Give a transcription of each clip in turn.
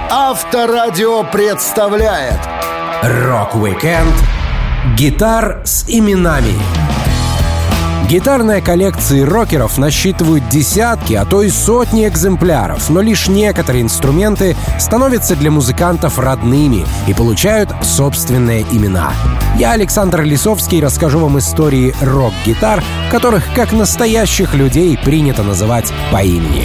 Авторадио представляет Рок-викенд гитар с именами. Гитарные коллекции рокеров насчитывают десятки, а то и сотни экземпляров, но лишь некоторые инструменты становятся для музыкантов родными и получают собственные имена. Я, Александр Лисовский, расскажу вам истории рок-гитар, которых, как настоящих людей, принято называть по имени.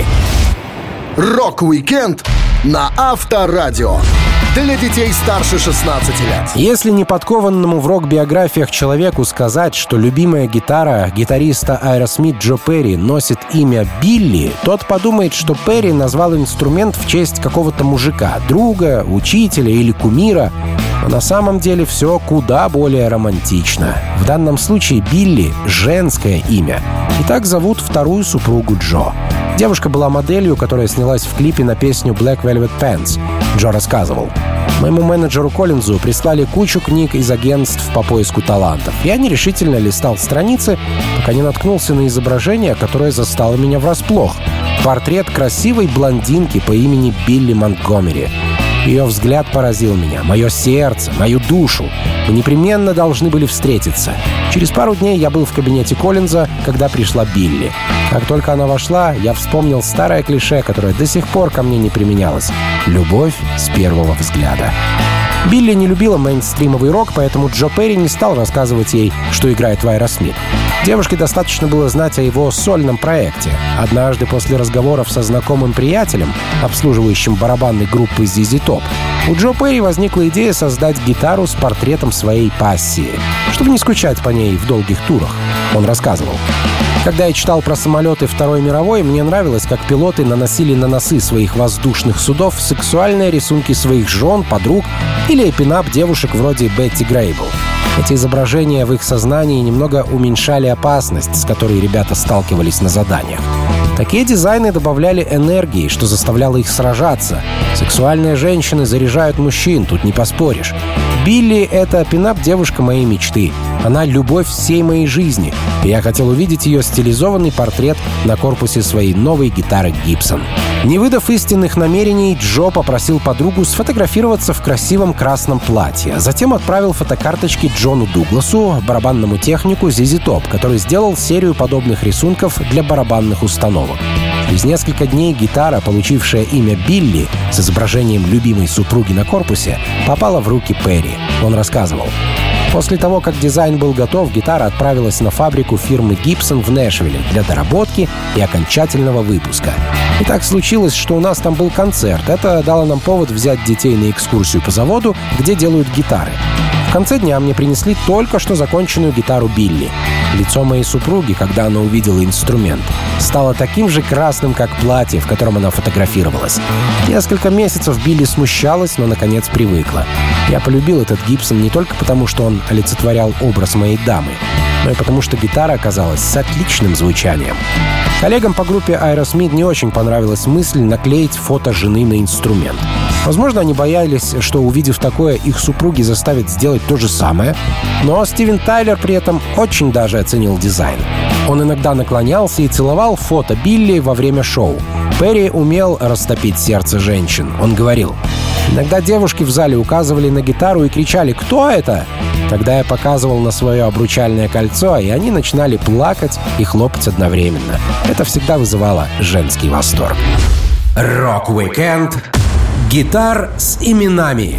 Рок-викенд на Авторадио. Для детей старше 16 лет. Если неподкованному в рок-биографиях человеку сказать, что любимая гитара гитариста Aerosmith Джо Перри носит имя Билли, тот подумает, что Перри назвал инструмент в честь какого-то мужика, друга, учителя или кумира. Но на самом деле все куда более романтично. В данном случае Билли — женское имя. И так зовут вторую супругу Джо. Девушка была моделью, которая снялась в клипе на песню Black Velvet Pants. Джо рассказывал: «Моему менеджеру Коллинзу прислали кучу книг из агентств по поиску талантов. Я нерешительно листал страницы, пока не наткнулся на изображение, которое застало меня врасплох. Портрет красивой блондинки по имени Билли Монтгомери. Ее взгляд поразил меня, мое сердце, мою душу. Мы непременно должны были встретиться. Через пару дней я был в кабинете Коллинза, когда пришла Билли. Как только она вошла, я вспомнил старое клише, которое до сих пор ко мне не применялось: любовь с первого взгляда». Билли не любила мейнстримовый рок, поэтому Джо Перри не стал рассказывать ей, что играет в Aerosmith. Девушке достаточно было знать о его сольном проекте. Однажды после разговоров со знакомым приятелем, обслуживающим барабанной группы ZZ Top, у Джо Перри возникла идея создать гитару с портретом своей пассии, чтобы не скучать по ней в долгих турах. Он рассказывал: «Когда я читал про самолеты Второй мировой, мне нравилось, как пилоты наносили на носы своих воздушных судов сексуальные рисунки своих жен, подруг или пинап девушек вроде Бетти Грейбл. Эти изображения в их сознании немного уменьшали опасность, с которой ребята сталкивались на заданиях. Такие дизайны добавляли энергии, что заставляло их сражаться. Сексуальные женщины заряжают мужчин, тут не поспоришь. Билли — это пинап-девушка моей мечты. Она — любовь всей моей жизни. И я хотел увидеть ее стилизованный портрет на корпусе своей новой гитары Gibson». Не выдав истинных намерений, Джо попросил подругу сфотографироваться в красивом красном платье. Затем отправил фотокарточки Джону Дугласу, барабанному технику ZZ Top, который сделал серию подобных рисунков для барабанных установок. Через несколько дней гитара, получившая имя Билли с изображением любимой супруги на корпусе, попала в руки Перри. Он рассказывал: «После того, как дизайн был готов, гитара отправилась на фабрику фирмы Gibson в Нэшвилле для доработки и окончательного выпуска. И так случилось, что у нас там был концерт. Это дало нам повод взять детей на экскурсию по заводу, где делают гитары. В конце дня мне принесли только что законченную гитару Билли. Лицо моей супруги, когда она увидела инструмент, стало таким же красным, как платье, в котором она фотографировалась. Несколько месяцев Билли смущалась, но, наконец, привыкла. Я полюбил этот Гибсон не только потому, что он олицетворял образ моей дамы, но и потому, что гитара оказалась с отличным звучанием». Коллегам по группе Aerosmith не очень понравилась мысль наклеить фото жены на инструмент. Возможно, они боялись, что, увидев такое, их супруги заставят сделать то же самое, но Стивен Тайлер при этом очень даже оценил дизайн. Он иногда наклонялся и целовал фото Билли во время шоу. Перри умел растопить сердце женщин. Он говорил: «Иногда девушки в зале указывали на гитару и кричали: «Кто это?». Тогда я показывал на свое обручальное кольцо, и они начинали плакать и хлопать одновременно. Это всегда вызывало женский восторг». Рок-викенд гитар с именами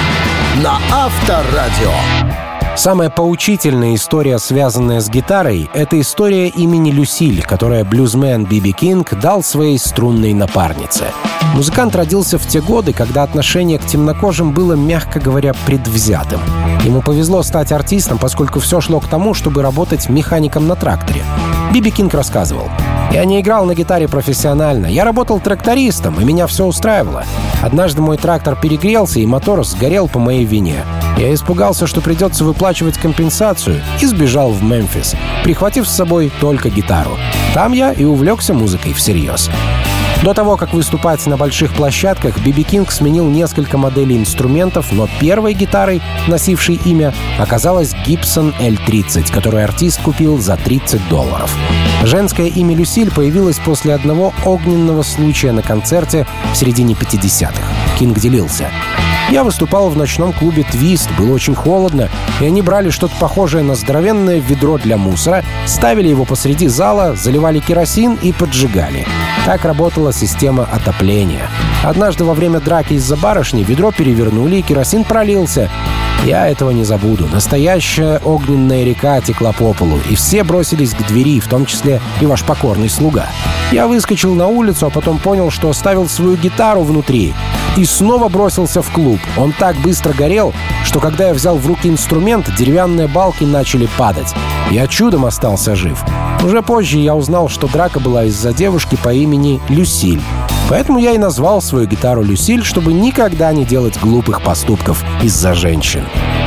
На Авторадио. Самая поучительная история, связанная с гитарой, — это история имени Люсиль, которую блюзмен Би.Би. Кинг дал своей струнной напарнице. Музыкант родился в те годы, когда отношение к темнокожим было, мягко говоря, предвзятым. Ему повезло стать артистом, поскольку все шло к тому, чтобы работать механиком на тракторе. Би.Би. Кинг рассказывал: «Я не играл на гитаре профессионально. Я работал трактористом, и меня все устраивало. Однажды мой трактор перегрелся, и мотор сгорел по моей вине. Я испугался, что придется выплачивать компенсацию, и сбежал в Мемфис, прихватив с собой только гитару. Там я и увлекся музыкой всерьез». До того, как выступать на больших площадках, Би.Би. Кинг сменил несколько моделей инструментов, но первой гитарой, носившей имя, оказалась Gibson L30, которую артист купил за $30. Женское имя Люсиль появилось после одного огненного случая на концерте в середине 50-х. Кинг делился. Я выступал в ночном клубе «Твист», было очень холодно, и они брали что-то похожее на здоровенное ведро для мусора, ставили его посреди зала, заливали керосин и поджигали. Так работала система отопления. Однажды во время драки из-за барышни ведро перевернули, и керосин пролился. Я этого не забуду. Настоящая огненная река текла по полу, и все бросились к двери, в том числе и ваш покорный слуга. Я выскочил на улицу, а потом понял, что оставил свою гитару внутри. И снова бросился в клуб. Он так быстро горел, что когда я взял в руки инструмент, деревянные балки начали падать. Я чудом остался жив. Уже позже я узнал, что драка была из-за девушки по имени Люсиль. Поэтому я и назвал свою гитару «Люсиль», чтобы никогда не делать глупых поступков из-за женщин.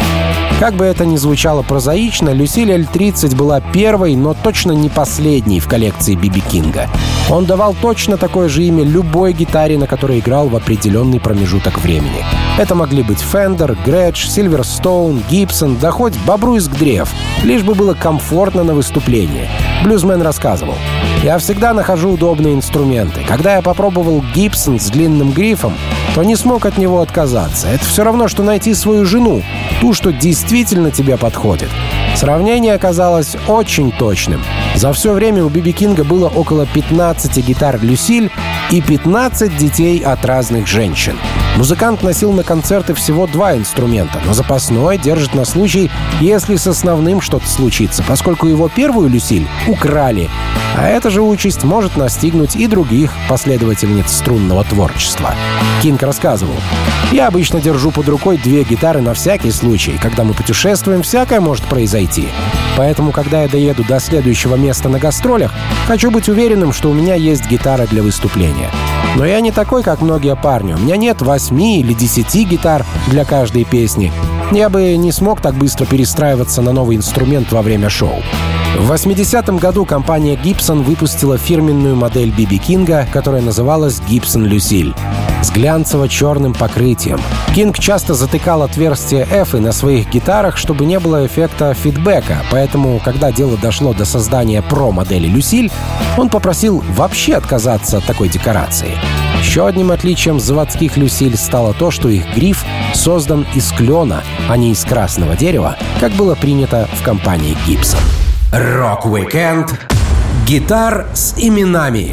Как бы это ни звучало прозаично, Люсиль L-30 была первой, но точно не последней в коллекции Би-Би Кинга. Он давал точно такое же имя любой гитаре, на которой играл в определенный промежуток времени. Это могли быть Fender, Gretsch, Silverstone, Gibson, да хоть Бобруйск Древ, лишь бы было комфортно на выступлении. Блюзмен рассказывал: «Я всегда нахожу удобные инструменты. Когда я попробовал Gibson с длинным грифом, то не смог от него отказаться. Это все равно, что найти свою жену, ту, что действительно тебе подходит». Сравнение оказалось очень точным. За все время у Би-Би Кинга было около 15 гитар «Люсиль» и 15 детей от разных женщин. Музыкант носил на концерты всего 2 инструмента, но запасной держит на случай, если с основным что-то случится, поскольку его первую «Люсиль» украли. А эта же участь может настигнуть и других последовательниц струнного творчества. Кинг рассказывал: «Я обычно держу под рукой 2 гитары на всякий случай. Когда мы путешествуем, всякое может произойти. Поэтому, когда я доеду до следующего места на гастролях, хочу быть уверенным, что у меня есть гитара для выступления. Но я не такой, как многие парни. У меня нет 8 или 10 гитар для каждой песни. Я бы не смог так быстро перестраиваться на новый инструмент во время шоу». В 80-м году компания Gibson выпустила фирменную модель Би-Би Кинга, которая называлась Gibson Lucille, с глянцево-черным покрытием. Кинг часто затыкал отверстие F на своих гитарах, чтобы не было эффекта фидбэка, поэтому, когда дело дошло до создания Pro-модели Lucille, он попросил вообще отказаться от такой декорации. Еще одним отличием заводских Lucille стало то, что их гриф создан из клена, а не из красного дерева, как было принято в компании Gibson. Рок-уикенд гитар с именами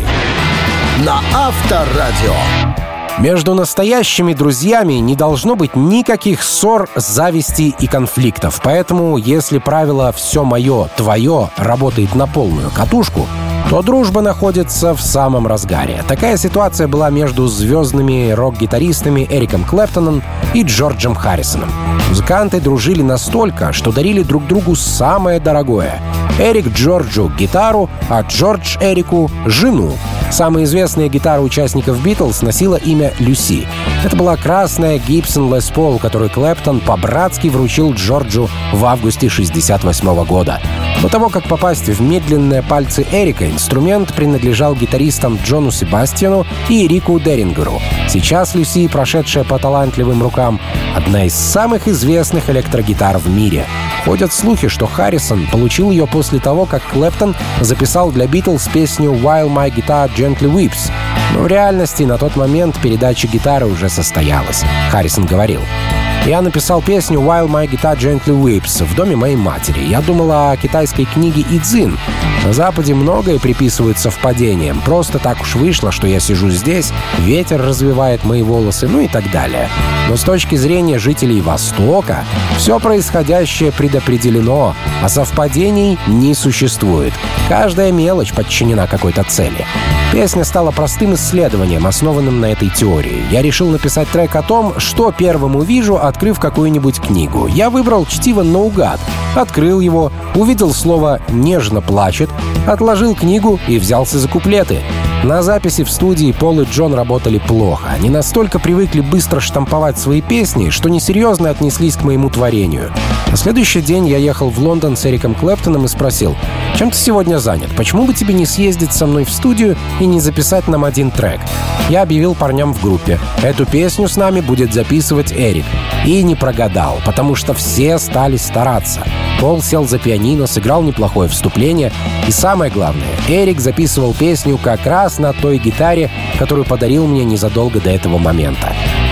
на Авторадио. Между настоящими друзьями не должно быть никаких ссор, зависти и конфликтов. Поэтому, если правило «все мое, твое» работает на полную катушку, то дружба находится в самом разгаре. Такая ситуация была между звездными рок-гитаристами Эриком Клэптоном и Джорджем Харрисоном. Музыканты дружили настолько, что дарили друг другу самое дорогое. Эрик Джорджу — гитару, а Джордж Эрику — жену. Самая известная гитара участников «Битлз» носила имя Люси. Это была красная Gibson Les Paul, которую Клэптон по-братски вручил Джорджу в августе 1968 года. До того, как попасть в медленные пальцы Эрика, инструмент принадлежал гитаристам Джону Себастьяну и Рику Дерингеру. Сейчас Люси, прошедшая по талантливым рукам, одна из самых известных электрогитар в мире. Ходят слухи, что Харрисон получил ее после того, как Клэптон записал для Битлз песню «While My Guitar Gently Weeps». Но в реальности на тот момент передача гитары уже состоялась. Харрисон говорил: «Я написал песню «While My Guitar Gently Weeps» в доме моей матери. Я думал о китайской книге «Идзин». На Западе многое приписывают совпадениям. Просто так уж вышло, что я сижу здесь, ветер развивает мои волосы, ну и так далее. Но с точки зрения жителей Востока, все происходящее предопределено, а совпадений не существует. Каждая мелочь подчинена какой-то цели». Песня стала простым исследованием, основанным на этой теории. Я решил написать трек о том, что первым увижу, открыв какую-нибудь книгу. Я выбрал чтиво наугад, открыл его, увидел слово «нежно плачет», отложил книгу и взялся за куплеты. На записи в студии Пол и Джон работали плохо. Они настолько привыкли быстро штамповать свои песни, что несерьезно отнеслись к моему творению. На следующий день я ехал в Лондон с Эриком Клэптоном и спросил: «Чем ты сегодня занят? Почему бы тебе не съездить со мной в студию и не записать нам один трек?» Я объявил парням в группе: «Эту песню с нами будет записывать Эрик». И не прогадал, потому что все стали стараться. Пол сел за пианино, сыграл неплохое вступление. И самое главное, Эрик записывал песню как раз на той гитаре, которую подарил мне незадолго до этого момента.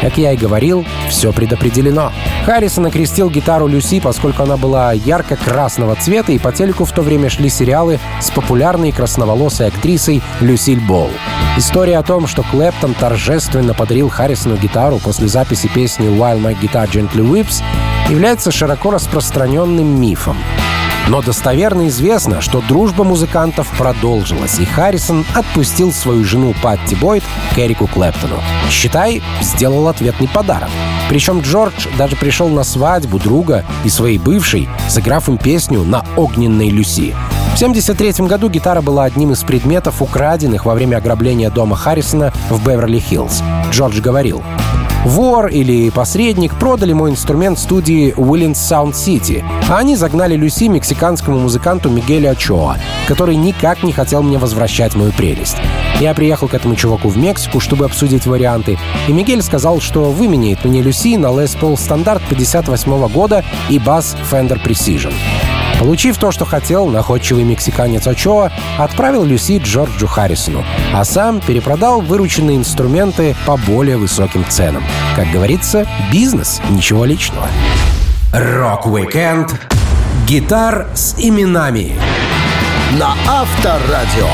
Как я и говорил, все предопределено. Харрисон окрестил гитару Люси, поскольку она была ярко-красного цвета, и по телеку в то время шли сериалы с популярной красноволосой актрисой Люсиль Болл. История о том, что Клэптон торжественно подарил Харрисону гитару после записи песни «While My Guitar Gently Weeps», является широко распространенным мифом. Но достоверно известно, что дружба музыкантов продолжилась, и Харрисон отпустил свою жену Патти Бойд к Эрику Клэптону. Считай, сделал ответный подарок. Причем Джордж даже пришел на свадьбу друга и своей бывшей, сыграв им песню на «Огненной Люси». В 1973 году гитара была одним из предметов, украденных во время ограбления дома Харрисона в Беверли-Хиллз. Джордж говорил: «Вор или посредник продали мой инструмент студии Willens Sound City, а они загнали Люси мексиканскому музыканту Мигелю Очоа, который никак не хотел мне возвращать мою прелесть. Я приехал к этому чуваку в Мексику, чтобы обсудить варианты, и Мигель сказал, что выменяет мне Люси на Les Paul стандарт 58 года и бас Fender Precision». Получив то, что хотел, находчивый мексиканец Очоа отправил Люси Джорджу Харрисону, а сам перепродал вырученные инструменты по более высоким ценам. Как говорится, бизнес, ничего личного. Рок-уикенд. Гитар с именами. На Авторадио.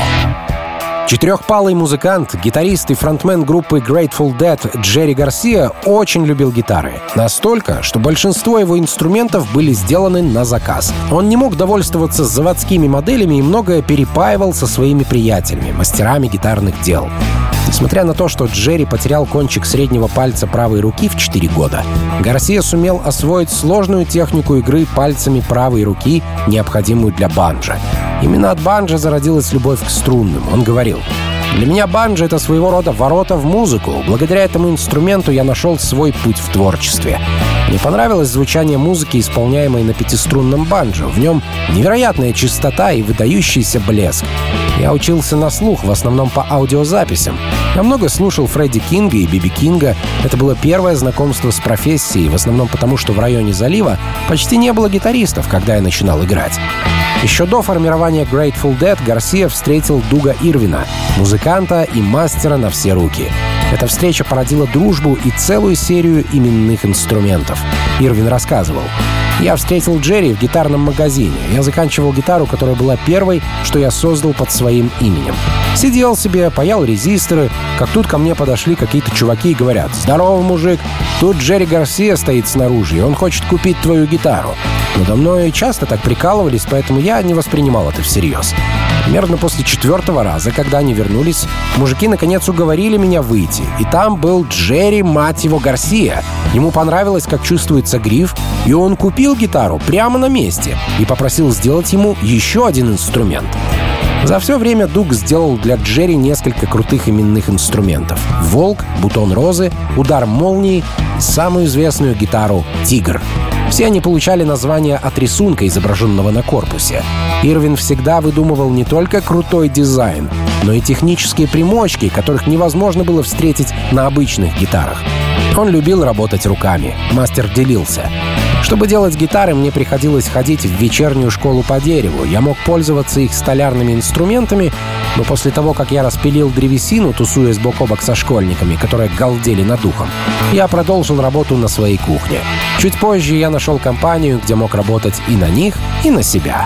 Четырехпалый музыкант, гитарист и фронтмен группы Grateful Dead Джерри Гарсия очень любил гитары. Настолько, что большинство его инструментов были сделаны на заказ. Он не мог довольствоваться заводскими моделями и многое перепаивал со своими приятелями, мастерами гитарных дел. Несмотря на то, что Джерри потерял кончик среднего пальца правой руки в 4 года, Гарсия сумел освоить сложную технику игры пальцами правой руки, необходимую для банджо. Именно от банджо зародилась любовь к струнным. Он говорил: «Для меня банджо — это своего рода ворота в музыку. Благодаря этому инструменту я нашел свой путь в творчестве. Мне понравилось звучание музыки, исполняемой на пятиструнном банджо. В нем невероятная чистота и выдающийся блеск. Я учился на слух, в основном по аудиозаписям. Я много слушал Фредди Кинга и Биби Кинга. Это было первое знакомство с профессией, в основном потому, что в районе залива почти не было гитаристов, когда я начинал играть». Еще до формирования Grateful Dead Гарсия встретил Дуга Ирвина, музыканта и мастера на все руки. Эта встреча породила дружбу и целую серию именных инструментов. Ирвин рассказывал: «Я встретил Джерри в гитарном магазине. Я заканчивал гитару, которая была первой, что я создал под своим именем. Сидел себе, паял резисторы, как тут ко мне подошли какие-то чуваки и говорят: «Здорово, мужик, тут Джерри Гарсия стоит снаружи, и он хочет купить твою гитару». Надо мной часто так прикалывались, поэтому я не воспринимал это всерьез. Примерно после 4-го раза, когда они вернулись, мужики наконец уговорили меня выйти. И там был Джерри, мать его, Гарсия. Ему понравилось, как чувствуется гриф, и он купил гитару прямо на месте и попросил сделать ему еще один инструмент. За все время Дуг сделал для Джерри несколько крутых именных инструментов: «Волк», «Бутон розы», «Удар молнии» и самую известную гитару «Тигр». Все они получали название от рисунка, изображенного на корпусе. Ирвин всегда выдумывал не только крутой дизайн, но и технические примочки, которых невозможно было встретить на обычных гитарах. Он любил работать руками. Мастер делился: «Чтобы делать гитары, мне приходилось ходить в вечернюю школу по дереву. Я мог пользоваться их столярными инструментами, но после того, как я распилил древесину, тусуясь бок о бок со школьниками, которые галдели над ухом, я продолжил работу на своей кухне. Чуть позже я нашел компанию, где мог работать и на них, и на себя».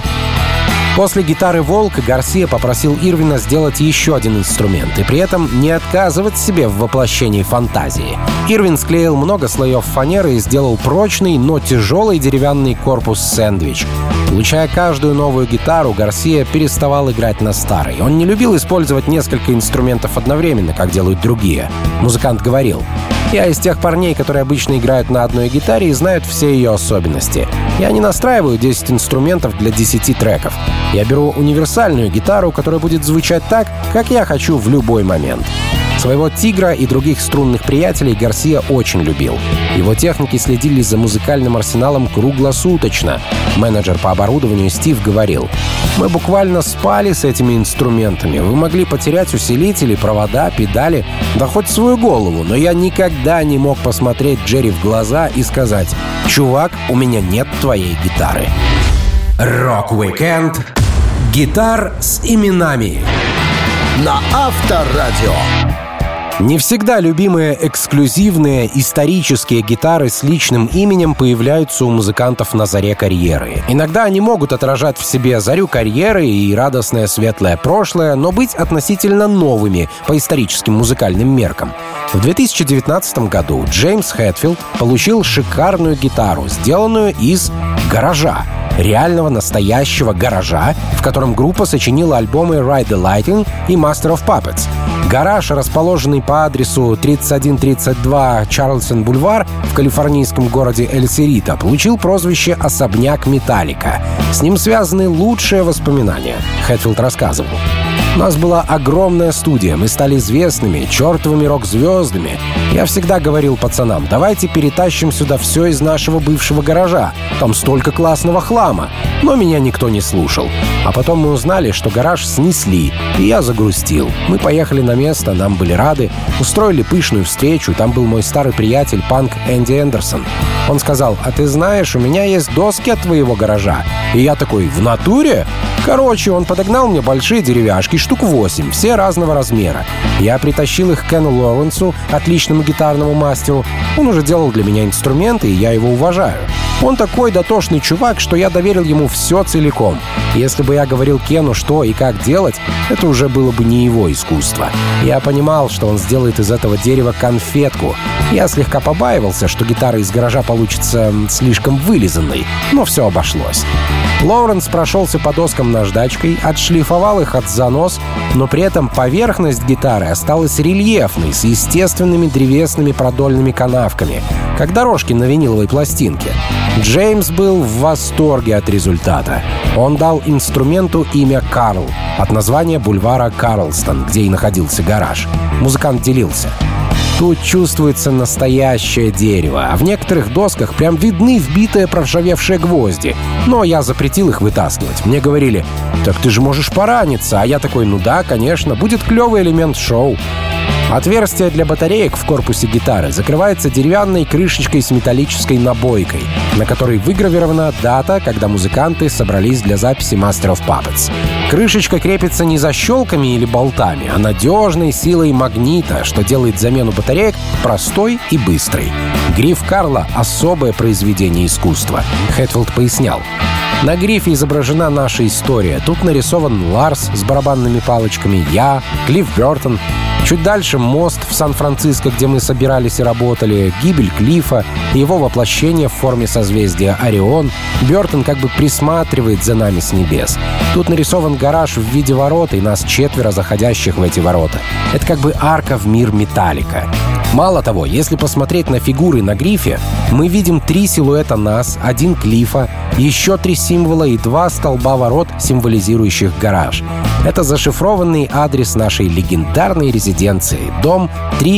После гитары «Волк» Гарсия попросил Ирвина сделать еще один инструмент и при этом не отказывать себе в воплощении фантазии. Ирвин склеил много слоев фанеры и сделал прочный, но тяжелый деревянный корпус-сэндвич. Получая каждую новую гитару, Гарсия переставал играть на старой. Он не любил использовать несколько инструментов одновременно, как делают другие. Музыкант говорил: «Я из тех парней, которые обычно играют на одной гитаре и знают все ее особенности. Я не настраиваю 10 инструментов для 10 треков. Я беру универсальную гитару, которая будет звучать так, как я хочу в любой момент». Своего «Тигра» и других струнных приятелей Гарсия очень любил. Его техники следили за музыкальным арсеналом круглосуточно. Менеджер по оборудованию Стив говорил: «Мы буквально спали с этими инструментами. Вы могли потерять усилители, провода, педали, да хоть свою голову, но я никогда не мог посмотреть Джерри в глаза и сказать: «Чувак, у меня нет твоей гитары». Рок-уикенд. Гитар с именами. На Авторадио. Не всегда любимые эксклюзивные исторические гитары с личным именем появляются у музыкантов на заре карьеры. Иногда они могут отражать в себе зарю карьеры и радостное светлое прошлое, но быть относительно новыми по историческим музыкальным меркам. В 2019 году Джеймс Хэтфилд получил шикарную гитару, сделанную из гаража. Реального настоящего гаража, в котором группа сочинила альбомы Ride the Lightning и Master of Puppets. Гараж, расположенный по адресу 3132 Чарльстон-Бульвар в калифорнийском городе Эль-Серито, получил прозвище «Особняк Металлика». С ним связаны лучшие воспоминания, Хэтфилд рассказывал. У нас была огромная студия, мы стали известными, чертовыми рок-звездами. Я всегда говорил пацанам, давайте перетащим сюда все из нашего бывшего гаража. Там столько классного хлама. Но меня никто не слушал. А потом мы узнали, что гараж снесли, и я загрустил. Мы поехали на место, нам были рады, устроили пышную встречу. Там был мой старый приятель, панк Энди Эндерсон. Он сказал, а ты знаешь, у меня есть доски от твоего гаража. И я такой, в натуре? Короче, он подогнал мне большие деревяшки, штук 8, все разного размера. Я притащил их к Кену Лоуренсу, отличному гитарному мастеру. Он уже делал для меня инструменты, и я его уважаю. Он такой дотошный чувак, что я доверил ему все целиком. Если бы я говорил Кену, что и как делать, это уже было бы не его искусство. Я понимал, что он сделает из этого дерева конфетку. Я слегка побаивался, что гитара из гаража получится слишком вылизанной, но все обошлось. Лоуренс прошелся по доскам наждачкой, отшлифовал их от занос, но при этом поверхность гитары осталась рельефной, с естественными древесными продольными канавками, как дорожки на виниловой пластинке. Джеймс был в восторге от результата. Он дал инструменту имя «Карл» от названия бульвара Карлстон, где и находился гараж. Музыкант делился. Тут чувствуется настоящее дерево, а в некоторых досках прям видны вбитые проржавевшие гвозди. Но я запретил их вытаскивать. Мне говорили, так ты же можешь пораниться. А я такой, ну да, конечно, будет клевый элемент шоу. Отверстие для батареек в корпусе гитары закрывается деревянной крышечкой с металлической набойкой, на которой выгравирована дата, когда музыканты собрались для записи Master of Puppets. Крышечка крепится не защелками или болтами, а надежной силой магнита, что делает замену батареек простой и быстрой. Гриф Карла — особое произведение искусства, Хэтфилд пояснял. На грифе изображена наша история. Тут нарисован Ларс с барабанными палочками, я, Клифф Бёртон. Чуть дальше мост в Сан-Франциско, где мы собирались и работали, гибель Клиффа, его воплощение в форме созвездия Орион. Бёртон как бы присматривает за нами с небес. Тут нарисован гараж в виде ворот, и нас 4 заходящих в эти ворота. Это как бы арка в мир Металлика. Мало того, если посмотреть на фигуры на грифе, мы видим 3 силуэта нас, 1 Клиффа, еще 3 символа и 2 столба ворот, символизирующих гараж. Это зашифрованный адрес нашей легендарной резиденции, дом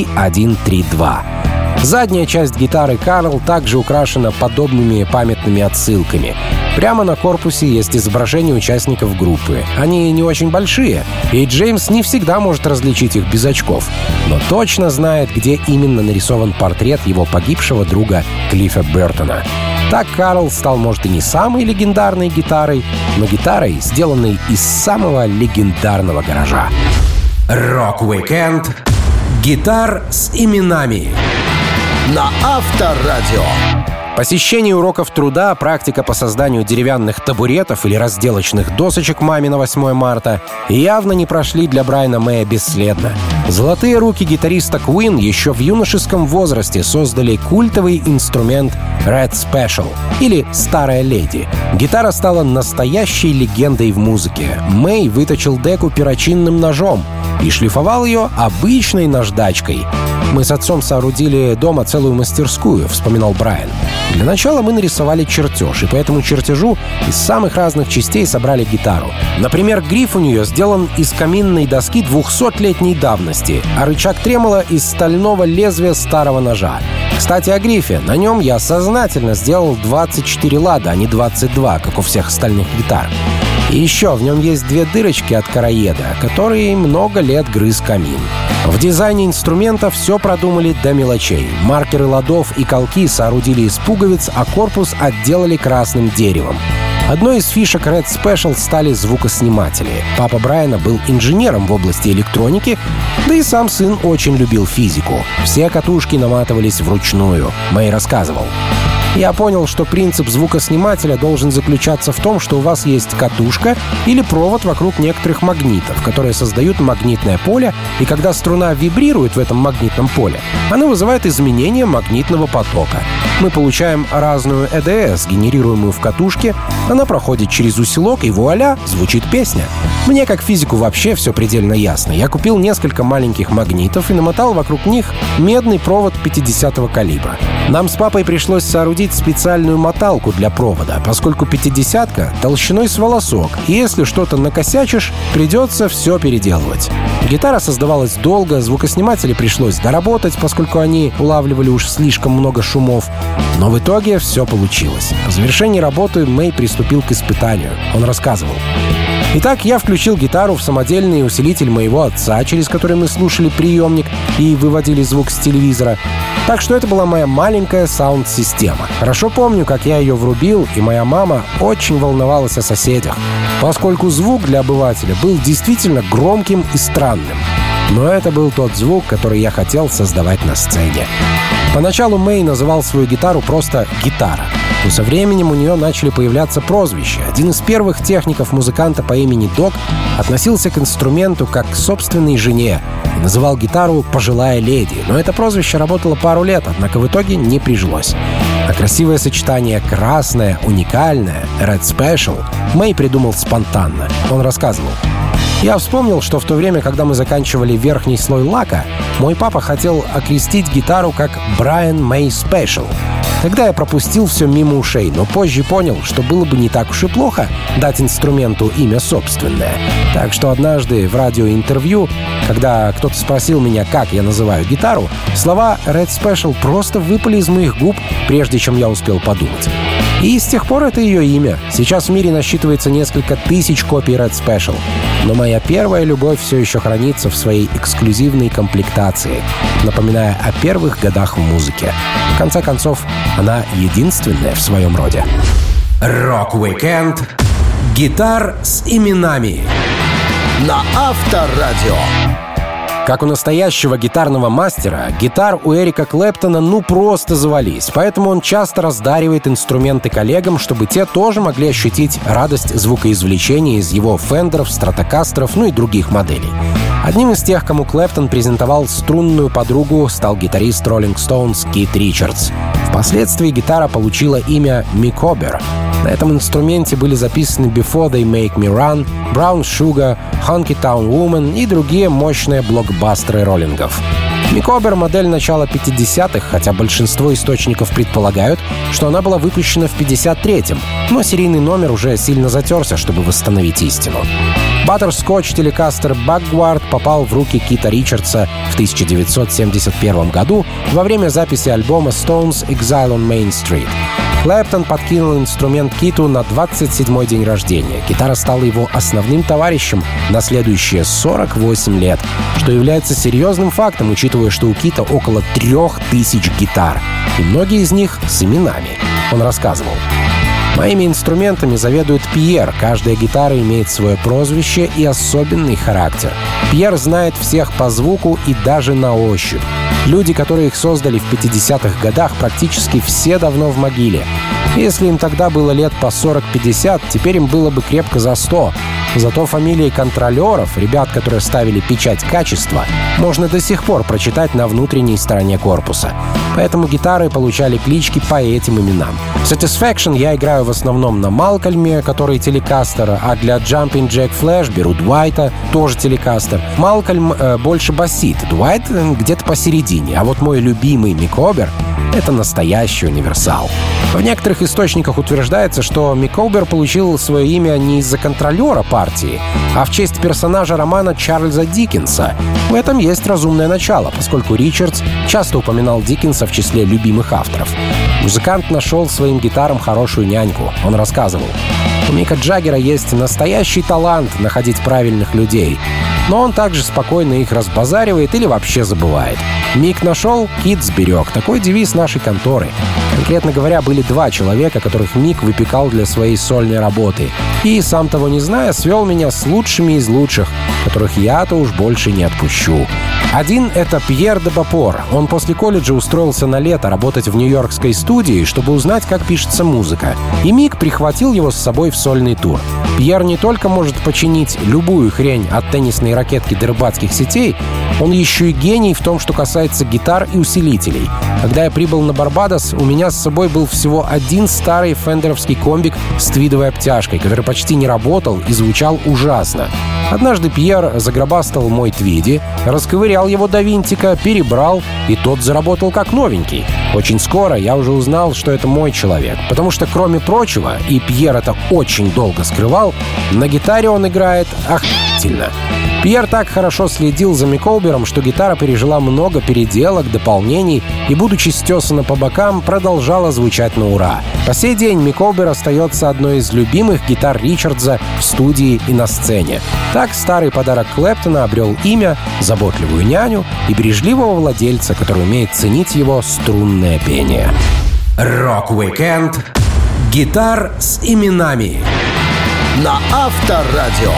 3132. Задняя часть гитары Карл также украшена подобными памятными отсылками. Прямо на корпусе есть изображения участников группы. Они не очень большие, и Джеймс не всегда может различить их без очков, но точно знает, где именно нарисован портрет его погибшего друга Клиффа Бёртона. Так Карл стал, может, и не самой легендарной гитарой, но гитарой, сделанной из самого легендарного гаража. Рок-викенд гитар с именами на Авторадио. Посещение уроков труда, практика по созданию деревянных табуретов или разделочных досочек маме на 8 марта явно не прошли для Брайана Мэя бесследно. Золотые руки гитариста Queen еще в юношеском возрасте создали культовый инструмент Red Special или «Старая леди». Гитара стала настоящей легендой в музыке. Мэй выточил деку перочинным ножом и шлифовал ее обычной наждачкой. «Мы с отцом соорудили дома целую мастерскую», — вспоминал Брайан. «Для начала мы нарисовали чертеж, и по этому чертежу из самых разных частей собрали гитару. Например, гриф у нее сделан из каминной доски 200-летней давности, а рычаг тремоло из стального лезвия старого ножа. Кстати, о грифе. На нем я сознательно сделал 24 лада, а не 22, как у всех остальных гитар. И еще в нем есть 2 дырочки от короеда, которые много лет грыз камин. В дизайне инструмента все продумали до мелочей. Маркеры ладов и колки соорудили из пуговиц, а корпус отделали красным деревом. Одной из фишек Red Special стали звукосниматели. Папа Брайана был инженером в области электроники, да и сам сын очень любил физику. Все катушки наматывались вручную. Мэй рассказывал. Я понял, что принцип звукоснимателя должен заключаться в том, что у вас есть катушка или провод вокруг некоторых магнитов, которые создают магнитное поле, и когда струна вибрирует в этом магнитном поле, она вызывает изменение магнитного потока. Мы получаем разную ЭДС, генерируемую в катушке, она проходит через усилок, и вуаля, звучит песня. Мне, как физику, вообще все предельно ясно. Я купил несколько маленьких магнитов и намотал вокруг них медный провод 50-го калибра. Нам с папой пришлось соорудить специальную моталку для провода, поскольку 50-ка толщиной с волосок, и если что-то накосячишь, придется все переделывать. Гитара создавалась долго, звукосниматели пришлось доработать, поскольку они улавливали уж слишком много шумов. Но в итоге все получилось. По завершении работы Мэй приступил к испытанию. Он рассказывал. Итак, я включил гитару в самодельный усилитель моего отца, через который мы слушали приемник и выводили звук с телевизора. Так что это была моя маленькая саунд-система. Хорошо помню, как я ее врубил, и моя мама очень волновалась о соседях, поскольку звук для обывателя был действительно громким и странным. Но это был тот звук, который я хотел создавать на сцене. Поначалу Мэй называл свою гитару просто «гитара». Но со временем у нее начали появляться прозвища. Один из первых техников музыканта по имени Док относился к инструменту как к собственной жене и называл гитару «пожилая леди». Но это прозвище работало пару лет, однако в итоге не прижилось. А красивое сочетание «красное», «уникальное», «Red Special» Мэй придумал спонтанно. Он рассказывал. Я вспомнил, что в то время, когда мы заканчивали верхний слой лака, мой папа хотел окрестить гитару как Brian May Special. Тогда я пропустил все мимо ушей, но позже понял, что было бы не так уж и плохо дать инструменту имя собственное. Так что однажды в радиоинтервью, когда кто-то спросил меня, как я называю гитару, слова Red Special просто выпали из моих губ, прежде чем я успел подумать. И с тех пор это ее имя. Сейчас в мире насчитывается несколько тысяч копий Red Special. Но моя первая любовь все еще хранится в своей эксклюзивной комплектации, напоминая о первых годах в музыке. В конце концов, она единственная в своем роде. Рок-уикенд. Гитар с именами. На Авторадио. Как у настоящего гитарного мастера, гитар у Эрика Клэптона просто завались, поэтому он часто раздаривает инструменты коллегам, чтобы те тоже могли ощутить радость звукоизвлечения из его фендеров, стратокастеров, и других моделей. Одним из тех, кому Клэптон презентовал струнную подругу, стал гитарист Rolling Stones Кит Ричардс. Впоследствии гитара получила имя Микобер. На этом инструменте были записаны Before They Make Me Run, Brown Sugar, Honky Tonk Woman и другие мощные блокбастеры роллингов. Микобер — модель начала 50-х, хотя большинство источников предполагают, что она была выпущена в 53-м, но серийный номер уже сильно затерся, чтобы восстановить истину. Butterscotch Telecaster Backward попал в руки Кита Ричардса в 1971 году во время записи альбома Stones Exile on Main Street. Клэптон подкинул инструмент Киту на 27-й день рождения. Гитара стала его основным товарищем на следующие 48 лет, что является серьезным фактом, учитывая, что у Кита около 3000 гитар, и многие из них с именами. Он рассказывал. Моими инструментами заведует Пьер. Каждая гитара имеет свое прозвище и особенный характер. Пьер знает всех по звуку и даже на ощупь. Люди, которые их создали в 50-х годах, практически все давно в могиле. Если им тогда было лет по 40-50, теперь им было бы крепко за 100. Зато фамилии контролеров, ребят, которые ставили печать качества, можно до сих пор прочитать на внутренней стороне корпуса. Поэтому гитары получали клички по этим именам. Satisfaction я играю в основном на Малкольме, который телекастер, а для Jumping Jack Flash беру Дуайта, тоже телекастер. Малкольм больше басит, Дуайт где-то посередине, а вот мой любимый Микобер — это настоящий универсал. В некоторых источниках утверждается, что Микобер получил свое имя не из-за контролера партии, а в честь персонажа романа Чарльза Диккенса. В этом есть разумное начало, поскольку Ричардс часто упоминал Диккенса в числе любимых авторов. Музыкант нашел своим гитарам хорошую няньку. Он рассказывал. У Мика Джаггера есть настоящий талант находить правильных людей, но он также спокойно их разбазаривает или вообще забывает. Мик нашел, Кит сберег. Такой девиз нашей конторы. Конкретно говоря, были два человека, которых Мик выпекал для своей сольной работы. И, сам того не зная, свел меня с лучшими из лучших, которых я-то уж больше не отпущу. Один — это Пьер де Бапор. Он после колледжа устроился на лето работать в нью-йоркской студии, чтобы узнать, как пишется музыка. И Мик прихватил его с собой в сольный тур. Пьер не только может починить любую хрень от теннисной ракетки до рыбацких сетей, он еще и гений в том, что касается гитар и усилителей. Когда я прибыл на Барбадос, у меня с собой был всего один старый фендеровский комбик с твидовой обтяжкой, который почти не работал и звучал ужасно. Однажды Пьер загробастал мой твиди, расковырял его до винтика, перебрал, и тот заработал как новенький. Очень скоро я уже узнал, что это мой человек, потому что, кроме прочего, и Пьер это очень долго скрывал, на гитаре он играет охуительно. Пьер так хорошо следил за Миколбером, что гитара пережила много переделок, дополнений и, будучи стесана по бокам, продолжала звучать на ура. По сей день Миколбер остается одной из любимых гитар Ричардса в студии и на сцене. Так старый подарок Клэптона обрел имя, заботливую няню и бережливого владельца, который умеет ценить его струнное пение. Рок-уикенд. Гитар с именами. На Авторадио.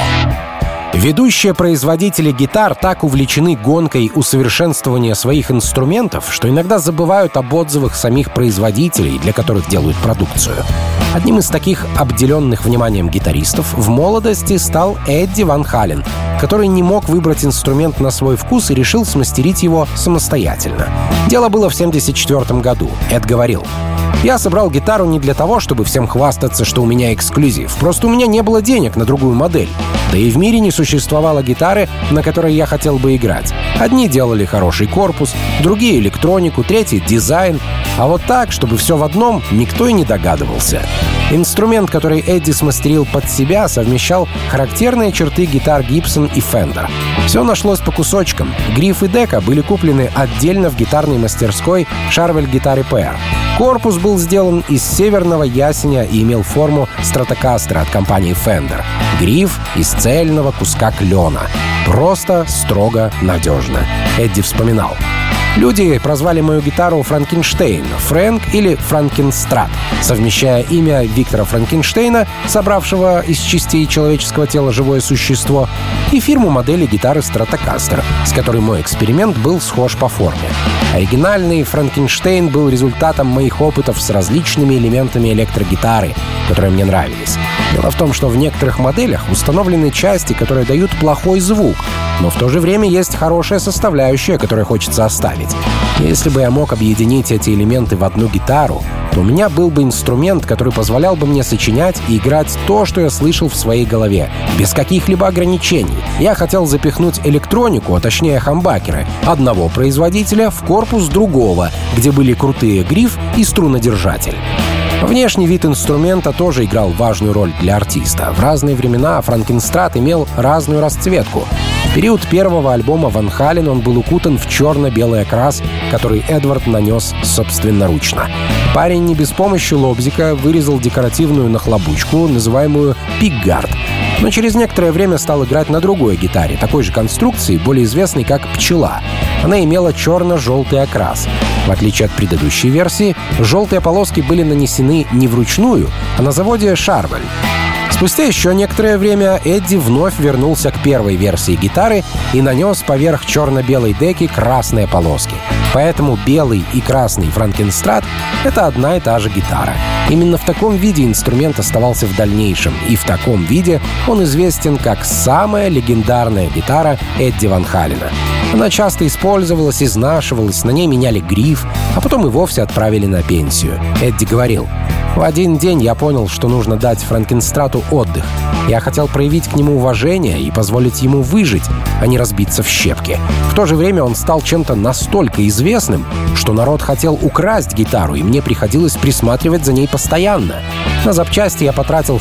Ведущие производители гитар так увлечены гонкой усовершенствования своих инструментов, что иногда забывают об отзывах самих производителей, для которых делают продукцию. Одним из таких обделенных вниманием гитаристов в молодости стал Эдди Ван Хален, который не мог выбрать инструмент на свой вкус и решил смастерить его самостоятельно. Дело было в 1974 году. Эд говорил: «Я собрал гитару не для того, чтобы всем хвастаться, что у меня эксклюзив. Просто у меня не было денег на другую модель. Да и в мире не существовало гитары, на которой я хотел бы играть. Одни делали хороший корпус, другие — электронику, третьи — дизайн. А вот так, чтобы все в одном, никто и не догадывался». Инструмент, который Эдди смастерил под себя, совмещал характерные черты гитар Гибсон и Фендер. Все нашлось по кусочкам. Гриф и дека были куплены отдельно в гитарной мастерской Charvel Guitar Repair. Корпус был сделан из северного ясеня и имел форму стратокастера от компании Fender. Гриф — из цельного куска клена. Просто, строго, надежно. Эдди вспоминал: «Люди прозвали мою гитару Франкенштейн, Фрэнк или Франкенстрат, совмещая имя Виктора Франкенштейна, собравшего из частей человеческого тела живое существо, и фирму модели гитары Stratocaster, с которой мой эксперимент был схож по форме. Оригинальный Франкенштейн был результатом моих опытов с различными элементами электрогитары, которые мне нравились. Дело в том, что в некоторых моделях установлены части, которые дают плохой звук, но в то же время есть хорошая составляющая, которую хочется оставить. Если бы я мог объединить эти элементы в одну гитару, то у меня был бы инструмент, который позволял бы мне сочинять и играть то, что я слышал в своей голове, без каких-либо ограничений. Я хотел запихнуть электронику, а точнее хамбакеры, одного производителя в корпус другого, где были крутые гриф и струнодержатель». Внешний вид инструмента тоже играл важную роль для артиста. В разные времена Франкенстрат имел разную расцветку. В период первого альбома Ван Хален он был укутан в черно-белый окрас, который Эдвард нанес собственноручно. Парень не без помощи лобзика вырезал декоративную нахлобучку, называемую пикгард, но через некоторое время стал играть на другой гитаре, такой же конструкции, более известной как «Пчела». Она имела черно-желтый окрас. В отличие от предыдущей версии, желтые полоски были нанесены не вручную, а на заводе Charvel. Спустя еще некоторое время Эдди вновь вернулся к первой версии гитары и нанес поверх черно-белой деки красные полоски. Поэтому белый и красный Франкенстрат — это одна и та же гитара. Именно в таком виде инструмент оставался в дальнейшем, и в таком виде он известен как самая легендарная гитара Эдди Ван Халена. Она часто использовалась, изнашивалась, на ней меняли гриф, а потом и вовсе отправили на пенсию. Эдди говорил: «В один день я понял, что нужно дать Франкенстрату отдых. Я хотел проявить к нему уважение и позволить ему выжить, а не разбиться в щепки. В то же время он стал чем-то настолько известным, что народ хотел украсть гитару, и мне приходилось присматривать за ней постоянно. На запчасти я потратил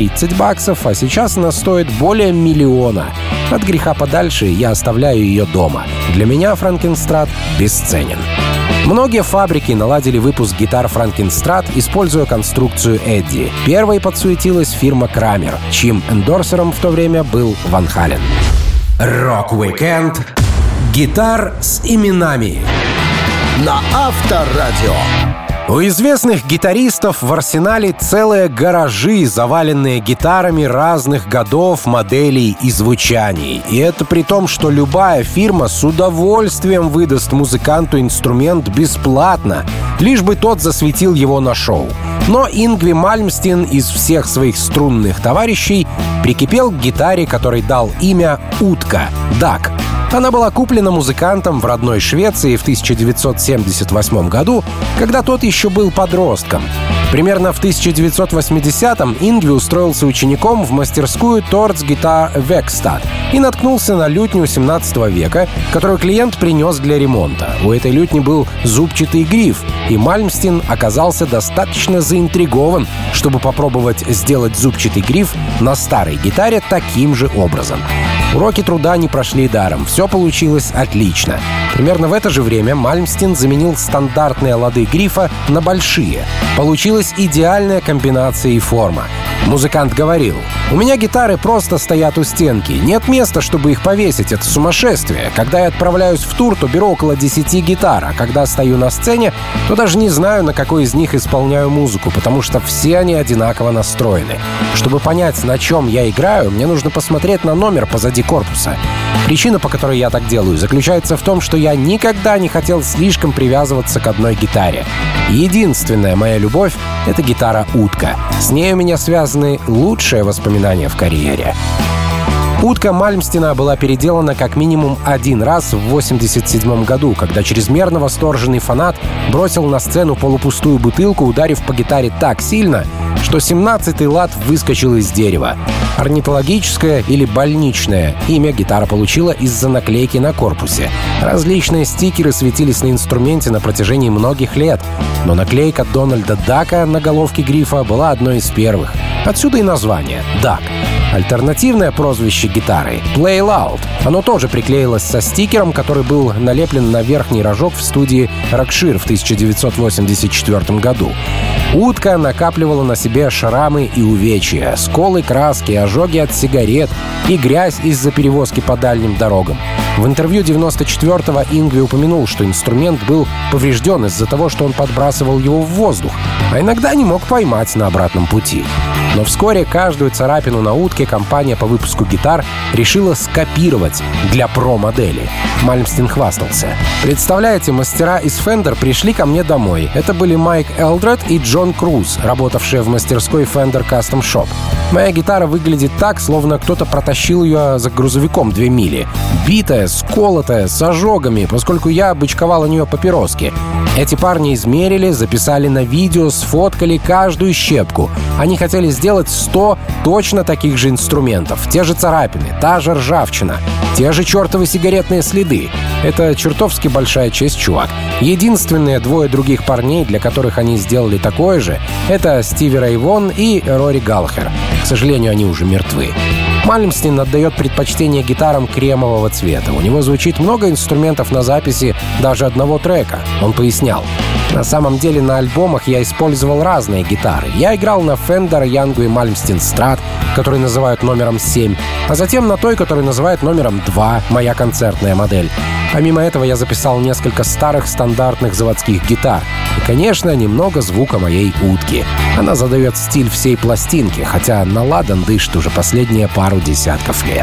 $130, а сейчас она стоит более $1 миллиона. От греха подальше я оставляю ее дома. Для меня Франкенстрат бесценен». Многие фабрики наладили выпуск гитар Франкенстрат, используя конструкцию Эдди. Первой подсуетилась фирма Крамер, чьим эндорсером в то время был Ван Хален. Рок-уикенд. Гитар с именами. На Авторадио. У известных гитаристов в арсенале целые гаражи, заваленные гитарами разных годов, моделей и звучаний. И это при том, что любая фирма с удовольствием выдаст музыканту инструмент бесплатно, лишь бы тот засветил его на шоу. Но Ингви Мальмстен из всех своих струнных товарищей прикипел к гитаре, которой дал имя «Утка» — «Дак». Она была куплена музыкантом в родной Швеции в 1978 году, когда тот еще был подростком. Примерно в 1980-м Ингви устроился учеником в мастерскую Торц Гитар Векстад и наткнулся на лютню 17 века, которую клиент принес для ремонта. У этой лютни был зубчатый гриф, и Мальмстен оказался достаточно заинтригован, чтобы попробовать сделать зубчатый гриф на старой гитаре таким же образом. Уроки труда не прошли даром, все получилось отлично. Примерно в это же время Мальмстен заменил стандартные лады грифа на большие. Получилась идеальная комбинация и форма. Музыкант говорил: «У меня гитары просто стоят у стенки. Нет места, чтобы их повесить. Это сумасшествие. Когда я отправляюсь в тур, то беру около 10 гитар, а когда стою на сцене, то даже не знаю, на какой из них исполняю музыку, потому что все они одинаково настроены. Чтобы понять, на чем я играю, мне нужно посмотреть на номер позади корпуса». Причина, по которой я так делаю, заключается в том, что я никогда не хотел слишком привязываться к одной гитаре. Единственная моя любовь — это гитара «Утка». С ней у меня связаны лучшие воспоминания в карьере. «Утка» Мальмстена была переделана как минимум один раз в 1987 году, когда чрезмерно восторженный фанат бросил на сцену полупустую бутылку, ударив по гитаре так сильно, что 17-й лад выскочил из дерева. Орнитологическое или больничное имя гитара получила из-за наклейки на корпусе. Различные стикеры светились на инструменте на протяжении многих лет, но наклейка Дональда Дака на головке грифа была одной из первых. Отсюда и название «Дак». Альтернативное прозвище гитары — Play Loud. Оно тоже приклеилось со стикером, который был налеплен на верхний рожок в студии Rockshire в 1984 году. «Утка» накапливала на себе шрамы и увечья, сколы краски, ожоги от сигарет и грязь из-за перевозки по дальним дорогам. В интервью 94-го Ингви упомянул, что инструмент был поврежден из-за того, что он подбрасывал его в воздух, а иногда не мог поймать на обратном пути. Но вскоре каждую царапину на «Утке» компания по выпуску гитар решила скопировать для про-модели. Мальмстен хвастался: «Представляете, мастера из Fender пришли ко мне домой. Это были Майк Элдред и Джон Круз, работавшие в мастерской Fender Custom Shop. Моя гитара выглядит так, словно кто-то протащил ее за грузовиком 2 мили. Битая, сколотая, с ожогами, поскольку я бычковал у нее папироски. Эти парни измерили, записали на видео, сфоткали каждую щепку. Они хотели сделать 100 точно таких же инструментов. Те же царапины, та же ржавчина, те же чертовы сигаретные следы. Это чертовски большая честь, чувак. Единственные 2 других парней, для которых они сделали такое же, это Стиви Рэй Вон и Рори Галлахер. К сожалению, они уже мертвы». Мальмстен отдает предпочтение гитарам кремового цвета. У него звучит много инструментов на записи даже одного трека. Он пояснял: «На самом деле на альбомах я использовал разные гитары. Я играл на Fender Young и Malmsteen Strat, который называют номером 7, а затем на той, которую называют номером 2, моя концертная модель. Помимо этого я записал несколько старых стандартных заводских гитар. И, конечно, немного звука моей «Утки». Она задает стиль всей пластинки, хотя на ладан дышит уже последние пару десятков лет».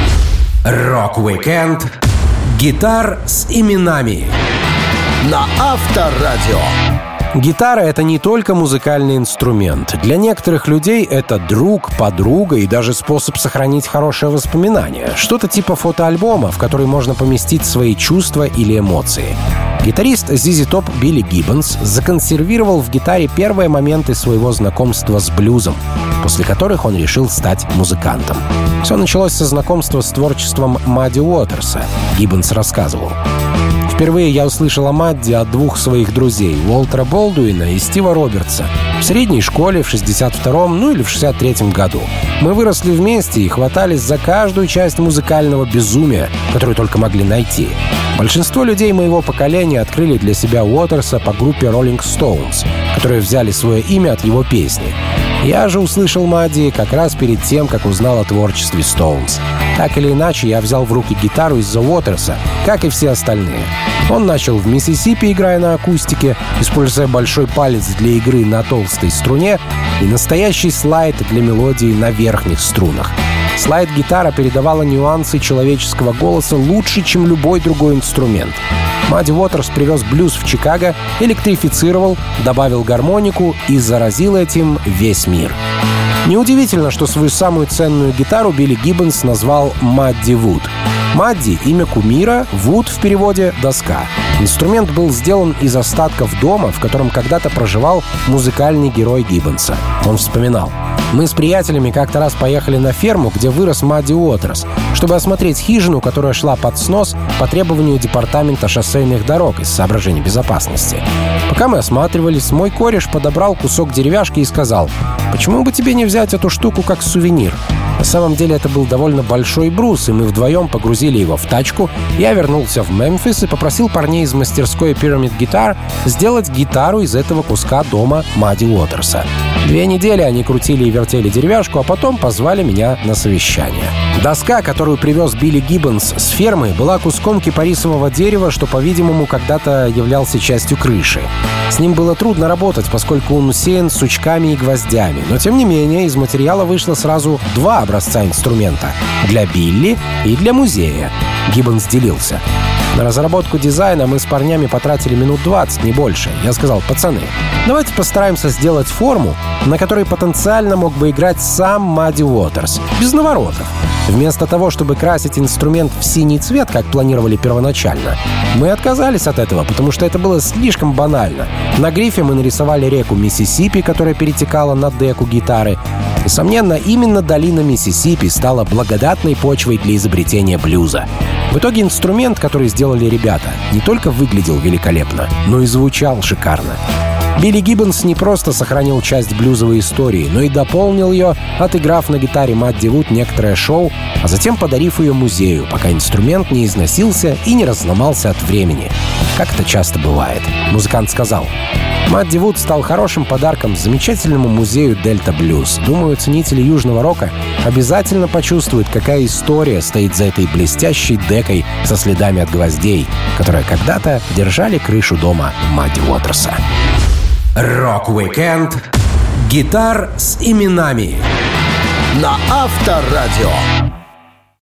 Рок-викенд гитар с именами на Авторадио. Гитара — это не только музыкальный инструмент. Для некоторых людей это друг, подруга и даже способ сохранить хорошее воспоминание. Что-то типа фотоальбома, в который можно поместить свои чувства или эмоции. Гитарист ZZ Top Билли Гиббонс законсервировал в гитаре первые моменты своего знакомства с блюзом, после которых он решил стать музыкантом. Все началось со знакомства с творчеством Мадди Уотерса. Гиббонс рассказывал: «Впервые я услышал о Мадди от 2 своих друзей, Уолтера Болдуина и Стива Робертса, в средней школе в 62-м, или в 63-м году. Мы выросли вместе и хватались за каждую часть музыкального безумия, которую только могли найти. Большинство людей моего поколения открыли для себя Уотерса по группе Rolling Stones, которые взяли свое имя от его песни. Я же услышал Мадди как раз перед тем, как узнал о творчестве Stones. Так или иначе, я взял в руки гитару из The Waters'а, как и все остальные. Он начал в Миссисипи, играя на акустике, используя большой палец для игры на толстой струне и настоящий слайд для мелодии на верхних струнах. Слайд-гитара передавала нюансы человеческого голоса лучше, чем любой другой инструмент. Мадди Уотерс привез блюз в Чикаго, электрифицировал, добавил гармонику и заразил этим весь мир. Неудивительно, что свою самую ценную гитару Билли Гиббонс назвал «Мадди Вуд». Мадди — имя кумира, Вуд в переводе — доска. Инструмент был сделан из остатков дома, в котором когда-то проживал музыкальный герой Гиббонса. Он вспоминал: «Мы с приятелями как-то раз поехали на ферму, где вырос Мадди Уотерс, чтобы осмотреть хижину, которая шла под снос по требованию департамента шоссейных дорог из соображений безопасности. Пока мы осматривались, мой кореш подобрал кусок деревяшки и сказал: «Почему бы тебе не взять эту штуку как сувенир?» На самом деле это был довольно большой брус, и мы вдвоем погрузили его в тачку. Я вернулся в Мемфис и попросил парней из мастерской Pyramid Guitar сделать гитару из этого куска дома Мадди Уотерса. 2 недели они крутили и вертели деревяшку, а потом позвали меня на совещание. Доска, которую привез Билли Гиббонс с фермы, была куском кипарисового дерева, что, по-видимому, когда-то являлся частью крыши. С ним было трудно работать, поскольку он усеян сучками и гвоздями. Но, тем не менее, из материала вышло сразу 2 образца инструмента — для Билли и для музея. Гиббонс делился: «На разработку дизайна мы с парнями потратили минут 20, не больше. Я сказал: пацаны, давайте постараемся сделать форму, на которой потенциально мог бы играть сам Мадди Уотерс, без наворотов. Вместо того, чтобы красить инструмент в синий цвет, как планировали первоначально, мы отказались от этого, потому что это было слишком банально. На грифе мы нарисовали реку Миссисипи, которая перетекала на деку гитары. Несомненно, именно долина Миссисипи стала благодатной почвой для изобретения блюза. В итоге инструмент, который сделали ребята, не только выглядел великолепно, но и звучал шикарно. Билли Гиббонс не просто сохранил часть блюзовой истории, но и дополнил ее, отыграв на гитаре Мадди Вуд некоторое шоу, а затем подарив ее музею, пока инструмент не износился и не разломался от времени. Как это часто бывает. Музыкант сказал: «Мадди Вуд стал хорошим подарком замечательному музею Дельта Блюз. Думаю, ценители южного рока обязательно почувствуют, какая история стоит за этой блестящей декой со следами от гвоздей, которые когда-то держали крышу дома Мадди Уотерса». Рок-викенд гитар с именами на Авторадио.